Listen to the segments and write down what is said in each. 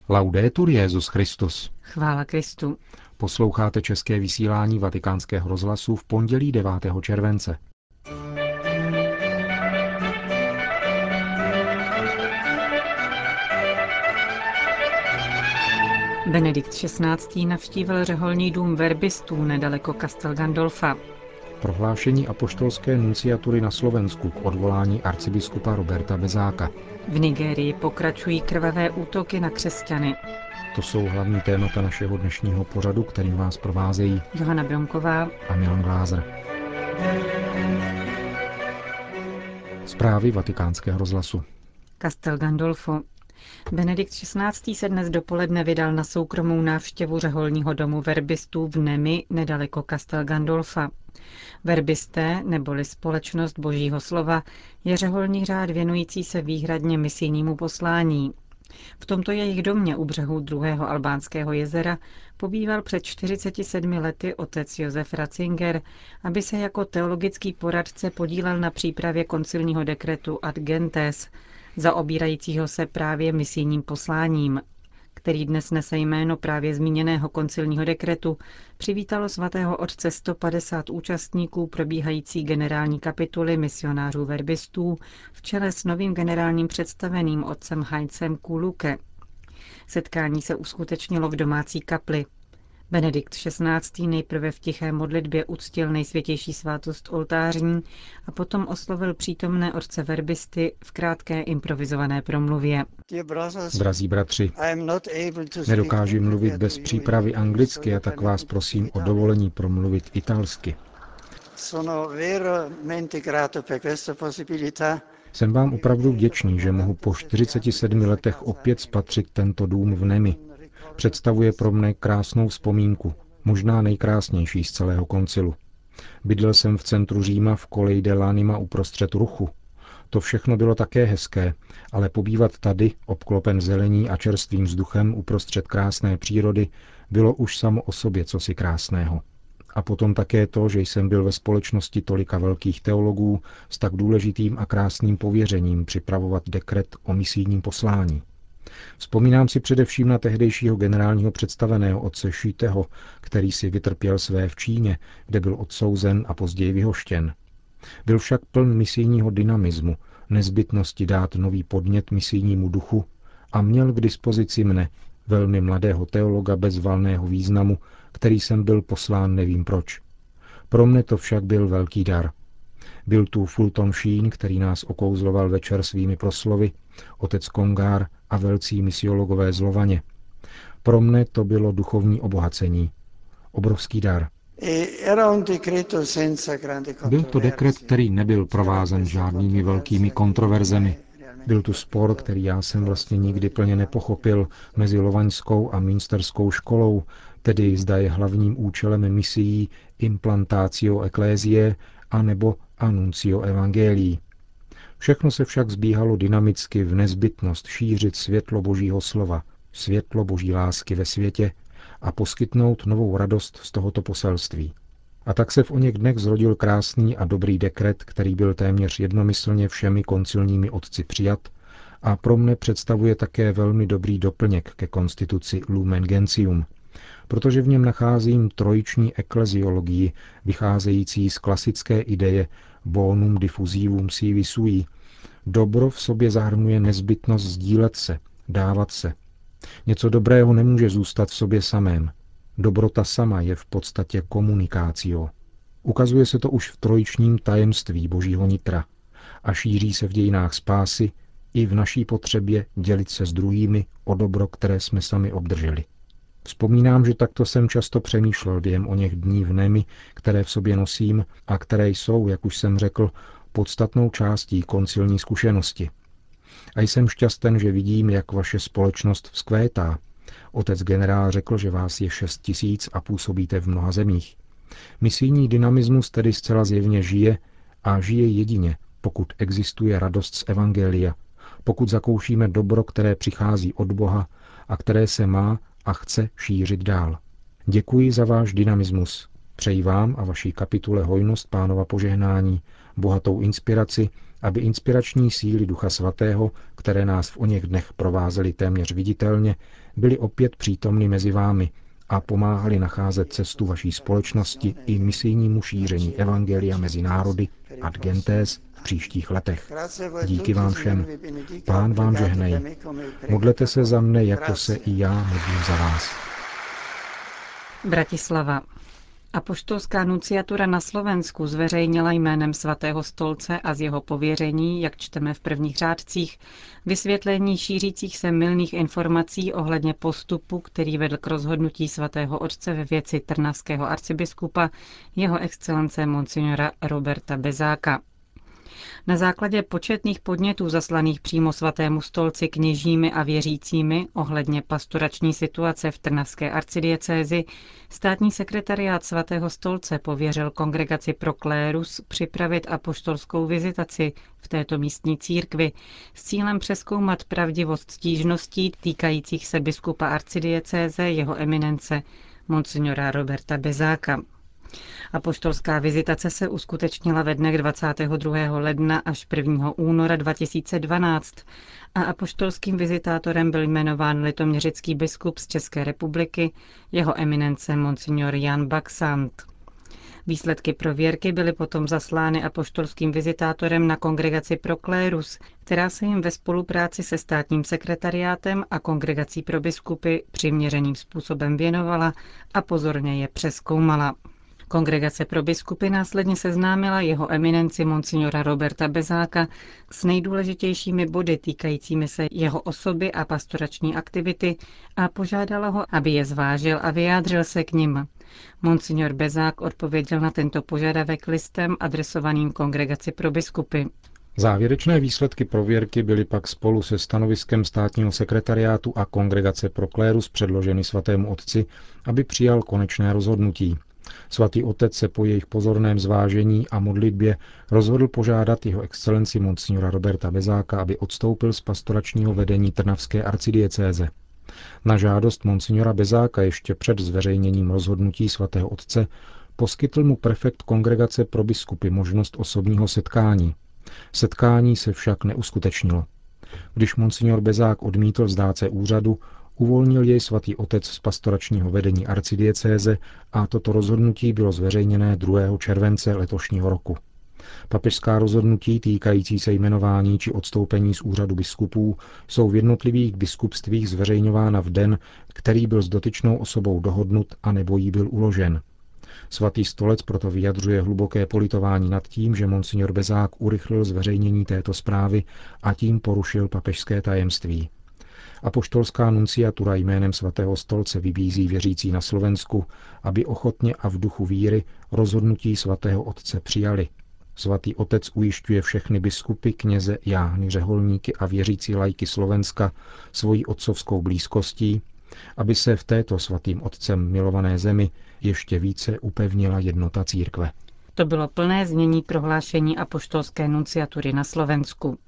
Laudetur Jesus Christus. Chvála Kristu. Posloucháte české vysílání Vatikánského rozhlasu v pondělí 9. července. Benedikt XVI. Navštívil řeholní dům verbistů nedaleko Castel Gandolfa. Prohlášení apoštolské nunciatury na Slovensku k odvolání arcibiskupa Roberta Bezáka. V Nigérii pokračují krvavé útoky na křesťany. To jsou hlavní témata našeho dnešního pořadu, kterým vás provázejí Johana Bronková a Milan Glázer. Zprávy Vatikánského rozhlasu. Castel Gandolfo. Benedikt XVI. Se dnes dopoledne vydal na soukromou návštěvu řeholního domu verbistů v Nemi nedaleko Castel Gandolfa. Verbisté, neboli Společnost Božího slova, je řeholní řád věnující se výhradně misijnímu poslání. V tomto jejich domě u břehu druhého Albánského jezera pobýval před 47 lety otec Josef Ratzinger, aby se jako teologický poradce podílel na přípravě koncilního dekretu Ad Gentes, zaobírajícího se právě misijním posláním, který dnes nese jméno právě zmíněného koncilního dekretu, přivítalo svatého otce 150 účastníků probíhající generální kapituly misionářů verbistů v čele s novým generálním představeným otcem Heinzem Kuluke. Setkání se uskutečnilo v domácí kapli. Benedikt XVI. Nejprve v tiché modlitbě uctil nejsvětější svátost oltářní a potom oslovil přítomné otce verbisty v krátké improvizované promluvě. Drazí bratři, nedokážu mluvit bez přípravy anglicky, a tak vás prosím o dovolení promluvit italsky. Jsem vám opravdu vděčný, že mohu po 47 letech opět spatřit tento dům v Nemi. Představuje pro mne krásnou vzpomínku, možná nejkrásnější z celého koncilu. Bydlel jsem v centru Říma v Colei dell'Anima uprostřed ruchu. To všechno bylo také hezké, ale pobývat tady, obklopen zelení a čerstvým vzduchem uprostřed krásné přírody, bylo už samo o sobě cosi krásného. A potom také to, že jsem byl ve společnosti tolika velkých teologů s tak důležitým a krásným pověřením připravovat dekret o misijním poslání. Vzpomínám si především na tehdejšího generálního představeného otce Šíteho, který si vytrpěl své v Číně, kde byl odsouzen a později vyhoštěn. Byl však pln misijního dynamismu, nezbytnosti dát nový podnět misijnímu duchu a měl k dispozici mne, velmi mladého teologa bez valného významu, který jsem byl poslán nevím proč. Pro mne to však byl velký dar. Byl tu Fulton Sheen, který nás okouzloval večer svými proslovy, otec Kongár a velcí misiologové z Lovaně. Pro mne to bylo duchovní obohacení. Obrovský dar. Byl to dekret, který nebyl provázen žádnými velkými kontroverzemi. Byl tu spor, který já jsem vlastně nikdy plně nepochopil, mezi lovaňskou a münsterskou školou, tedy zda je hlavním účelem misií implantatio ecclesiae anebo annuncio evangelii. Všechno se však zbíhalo dynamicky v nezbytnost šířit světlo Božího slova, světlo Boží lásky ve světě a poskytnout novou radost z tohoto poselství. A tak se v oněch dnech zrodil krásný a dobrý dekret, který byl téměř jednomyslně všemi koncilními otci přijat a pro mne představuje také velmi dobrý doplněk ke konstituci Lumen Gentium, protože v něm nacházím trojiční ekleziologii, vycházející z klasické ideje bonum diffusivum sivi sui. Dobro v sobě zahrnuje nezbytnost sdílet se, dávat se. Něco dobrého nemůže zůstat v sobě samém. Dobrota sama je v podstatě komunikácio. Ukazuje se to už v trojičním tajemství Božího nitra a šíří se v dějinách spásy i v naší potřebě dělit se s druhými o dobro, které jsme sami obdrželi. Vzpomínám, že takto jsem často přemýšlel během oněch dní v Nemi, které v sobě nosím a které jsou, jak už jsem řekl, podstatnou částí koncilní zkušenosti. A jsem šťasten, že vidím, jak vaše společnost vzkvétá. Otec generál řekl, že vás je 6 000 a působíte v mnoha zemích. Misijní dynamismus tedy zcela zjevně žije a žije jedině, pokud existuje radost z evangelia, pokud zakoušíme dobro, které přichází od Boha a které se má a chce šířit dál. Děkuji za váš dynamismus. Přeji vám a vaší kapitule hojnost Pánova požehnání, bohatou inspiraci aby inspirační síly Ducha Svatého, které nás v oněch dnech provázely téměř viditelně, byly opět přítomny mezi vámi a pomáhali nacházet cestu vaší společnosti i misijnímu šíření evangelia mezi národy ad gentes v příštích letech. Díky vám všem. Pán vám žehnej. Modlete se za mne, jako se i já modlím za vás. Bratislava. Apoštolská nunciatura na Slovensku zveřejnila jménem Svatého stolce a z jeho pověření, jak čteme v prvních řádcích, vysvětlení šířících se mylných informací ohledně postupu, který vedl k rozhodnutí Svatého otce ve věci trnavského arcibiskupa, jeho excelence monsignora Roberta Bezáka. Na základě početných podnětů zaslaných přímo Svatému stolci kněžími a věřícími ohledně pastorační situace v trnavské arcidiecézi státní sekretariát Svatého stolce pověřil Kongregaci pro klérus připravit apoštolskou vizitaci v této místní církvi s cílem přezkoumat pravdivost stížností týkajících se biskupa arcidiecéze jeho eminence monsignora Roberta Bezáka. Apoštolská vizitace se uskutečnila ve dnech 22. ledna až 1. února 2012 a apoštolským vizitátorem byl jmenován litoměřický biskup z České republiky, jeho eminence monsignor Jan Baxant. Výsledky prověrky byly potom zaslány apoštolským vizitátorem na Kongregaci pro klérus, která se jim ve spolupráci se státním sekretariátem a Kongregací pro biskupy přiměřeným způsobem věnovala a pozorně je přezkoumala. Kongregace pro biskupy následně seznámila jeho eminenci monsignora Roberta Bezáka s nejdůležitějšími body týkajícími se jeho osoby a pastorační aktivity a požádala ho, aby je zvážil a vyjádřil se k nim. Monsignor Bezák odpověděl na tento požadavek listem adresovaným Kongregaci pro biskupy. Závěrečné výsledky prověrky byly pak spolu se stanoviskem státního sekretariátu a Kongregace pro klérus předloženy Svatému otci, aby přijal konečné rozhodnutí. Svatý otec se po jejich pozorném zvážení a modlitbě rozhodl požádat jeho excelenci monsignora Roberta Bezáka, aby odstoupil z pastoračního vedení trnavské arcidiecéze. Na žádost monsignora Bezáka ještě před zveřejněním rozhodnutí svatého otce poskytl mu prefekt Kongregace pro biskupy možnost osobního setkání. Setkání se však neuskutečnilo. Když monsignor Bezák odmítl vzdát se úřadu, uvolnil jej svatý otec z pastoračního vedení arcidiecéze a toto rozhodnutí bylo zveřejněné 2. července letošního roku. Papežská rozhodnutí týkající se jmenování či odstoupení z úřadu biskupů jsou v jednotlivých biskupstvích zveřejňována v den, který byl s dotyčnou osobou dohodnut a nebo jí byl uložen. Svatý stolec proto vyjadřuje hluboké politování nad tím, že monsignor Bezák urychlil zveřejnění této zprávy a tím porušil papežské tajemství. Apoštolská nunciatura jménem Svatého stolce vybízí věřící na Slovensku, aby ochotně a v duchu víry rozhodnutí Svatého otce přijali. Svatý otec ujišťuje všechny biskupy, kněze, jáhny, řeholníky a věřící laiky Slovenska svojí otcovskou blízkostí, aby se v této svatým otcem milované zemi ještě více upevnila jednota církve. To bylo plné znění prohlášení apoštolské nunciatury na Slovensku.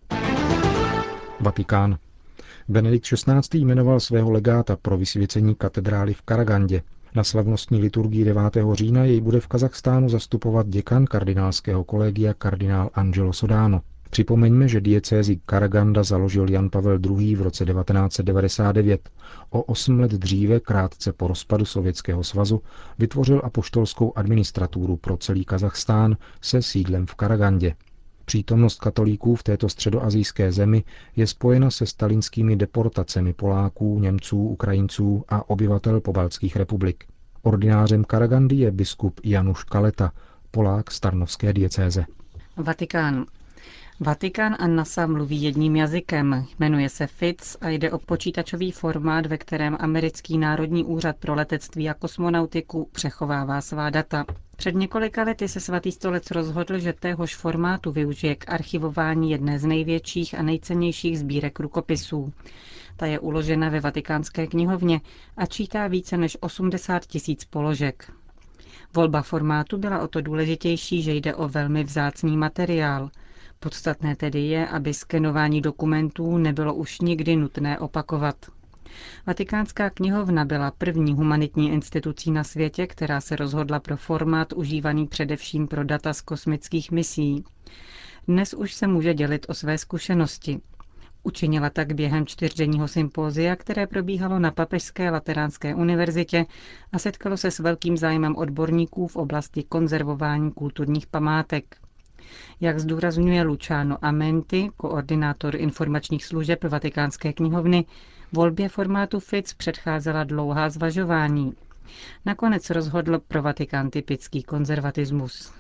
Vatikán. Benedikt XVI. Jmenoval svého legáta pro vysvěcení katedrály v Karagandě. Na slavnostní liturgii 9. října jej bude v Kazachstánu zastupovat děkan kardinálského kolegia kardinál Angelo Sodano. Připomeňme, že diecézi Karaganda založil Jan Pavel II. V roce 1999. O 8 let dříve, krátce po rozpadu Sovětského svazu, vytvořil apoštolskou administraturu pro celý Kazachstán se sídlem v Karagandě. Přítomnost katolíků v této středoasijské zemi je spojena se stalinskými deportacemi Poláků, Němců, Ukrajinců a obyvatel pobaltských republik. Ordinářem Karagandy je biskup Januš Kaleta, Polák z Tarnovské diecéze. Vatikán. Vatikán a NASA mluví jedním jazykem, jmenuje se FITS a jde o počítačový formát, ve kterém americký Národní úřad pro letectví a kosmonautiku přechovává svá data. Před několika lety se svatý stolec rozhodl, že téhož formátu využije k archivování jedné z největších a nejcennějších sbírek rukopisů. Ta je uložena ve Vatikánské knihovně a čítá více než 80 000 položek. Volba formátu byla o to důležitější, že jde o velmi vzácný materiál. Podstatné tedy je, aby skenování dokumentů nebylo už nikdy nutné opakovat. Vatikánská knihovna byla první humanitní institucí na světě, která se rozhodla pro formát užívaný především pro data z kosmických misí. Dnes už se může dělit o své zkušenosti. Učinila tak během 4denního sympózia, které probíhalo na Papežské lateránské univerzitě a setkalo se s velkým zájmem odborníků v oblasti konzervování kulturních památek. Jak zdůrazňuje Luciano Amenti, koordinátor informačních služeb Vatikánské knihovny, volbě formátu FIC předcházela dlouhá zvažování. Nakonec rozhodl pro Vatikán typický konzervatismus.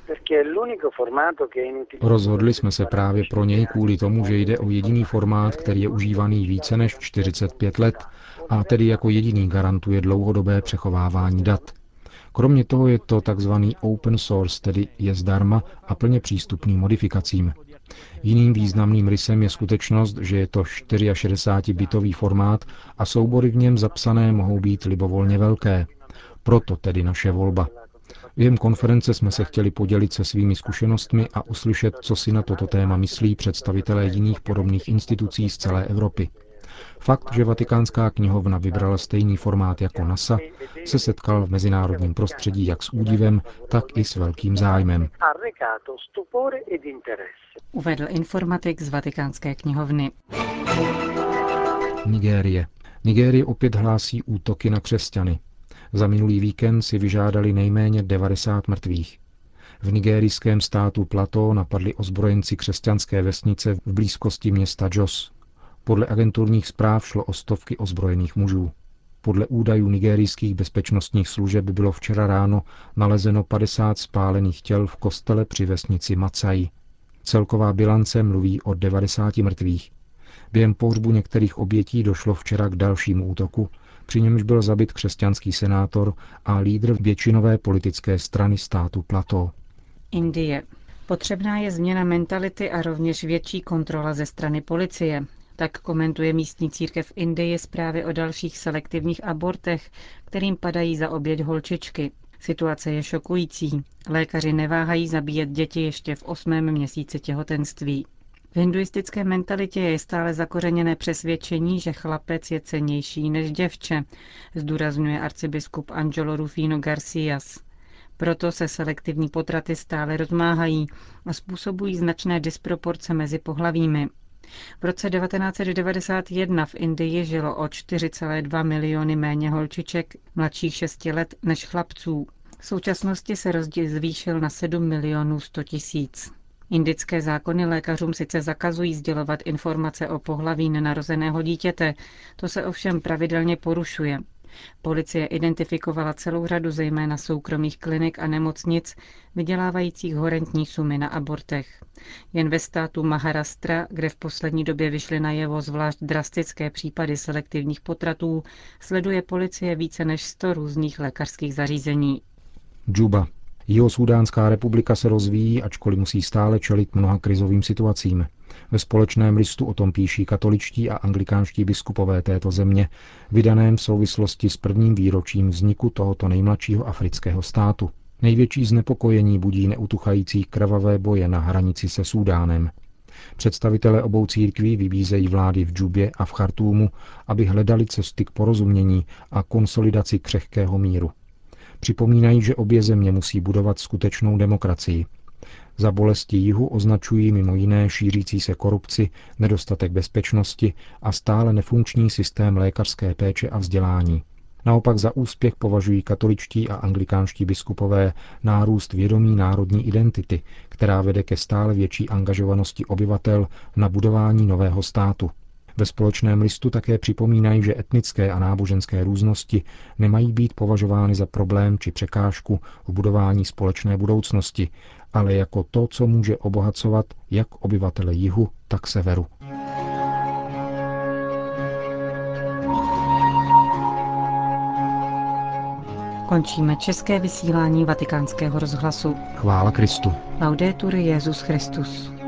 Rozhodli jsme se právě pro něj kvůli tomu, že jde o jediný formát, který je užívaný více než 45 let a tedy jako jediný garantuje dlouhodobé přechovávání dat. Kromě toho je to takzvaný open source, tedy je zdarma a plně přístupný modifikacím. Jiným významným rysem je skutečnost, že je to 64-bitový formát a soubory v něm zapsané mohou být libovolně velké. Proto tedy naše volba. Během konference jsme se chtěli podělit se svými zkušenostmi a uslyšet, co si na toto téma myslí představitelé jiných podobných institucí z celé Evropy. Fakt, že Vatikánská knihovna vybrala stejný formát jako NASA, se setkal v mezinárodním prostředí jak s údivem, tak i s velkým zájmem. Uvedl informatik z Vatikánské knihovny. Nigérie opět hlásí útoky na křesťany. Za minulý víkend si vyžádali nejméně 90 mrtvých. V nigerijském státu Plateau napadli ozbrojenci křesťanské vesnice v blízkosti města Jos. Podle agenturních zpráv šlo o stovky ozbrojených mužů. Podle údajů nigerijských bezpečnostních služeb bylo včera ráno nalezeno 50 spálených těl v kostele při vesnici Macai. Celková bilance mluví o 90 mrtvých. Během pohřbu některých obětí došlo včera k dalšímu útoku, při němž byl zabit křesťanský senátor a lídr většinové politické strany státu Plateau. Indie. Potřebná je změna mentality a rovněž větší kontrola ze strany policie. Tak komentuje místní církev v Indii zprávy o dalších selektivních abortech, kterým padají za oběť holčičky. Situace je šokující. Lékaři neváhají zabíjet děti ještě v 8. měsíci těhotenství. V hinduistické mentalitě je stále zakořeněné přesvědčení, že chlapec je cennější než děvče, zdůrazňuje arcibiskup Angelo Rufino Garcias. Proto se selektivní potraty stále rozmáhají a způsobují značné disproporce mezi pohlavími. V roce 1991 v Indii žilo o 4,2 miliony méně holčiček mladších 6 let než chlapců. V současnosti se rozdíl zvýšil na 7 milionů 100 tisíc. Indické zákony lékařům sice zakazují sdělovat informace o pohlaví nenarozeného dítěte, to se ovšem pravidelně porušuje. Policie identifikovala celou řadu zejména soukromých klinik a nemocnic, vydělávajících horentní sumy na abortech. Jen ve státu Maharashtra, kde v poslední době vyšly najevo zvlášť drastické případy selektivních potratů, sleduje policie více než 100 různých lékařských zařízení. Džuba. Jihosudánská republika se rozvíjí, ačkoliv musí stále čelit mnoha krizovým situacím. Ve společném listu o tom píší katoličtí a anglikánští biskupové této země, vydaném v souvislosti s prvním výročím vzniku tohoto nejmladšího afrického státu. Největší znepokojení budí neutuchající krvavé boje na hranici se Súdánem. Představitelé obou církví vybízejí vlády v Džubě a v Chartúmu, aby hledali cesty k porozumění a konsolidaci křehkého míru. Připomínají, že obě země musí budovat skutečnou demokracii. Za bolesti jihu označují mimo jiné šířící se korupci, nedostatek bezpečnosti a stále nefunkční systém lékařské péče a vzdělání. Naopak za úspěch považují katoličtí a anglikánští biskupové nárůst vědomí národní identity, která vede ke stále větší angažovanosti obyvatel na budování nového státu. Ve společném listu také připomínají, že etnické a náboženské různosti nemají být považovány za problém či překážku v budování společné budoucnosti, ale jako to, co může obohacovat jak obyvatele jihu, tak severu. Končíme české vysílání Vatikánského rozhlasu. Chvála Kristu. Laudetur Jesus Christus.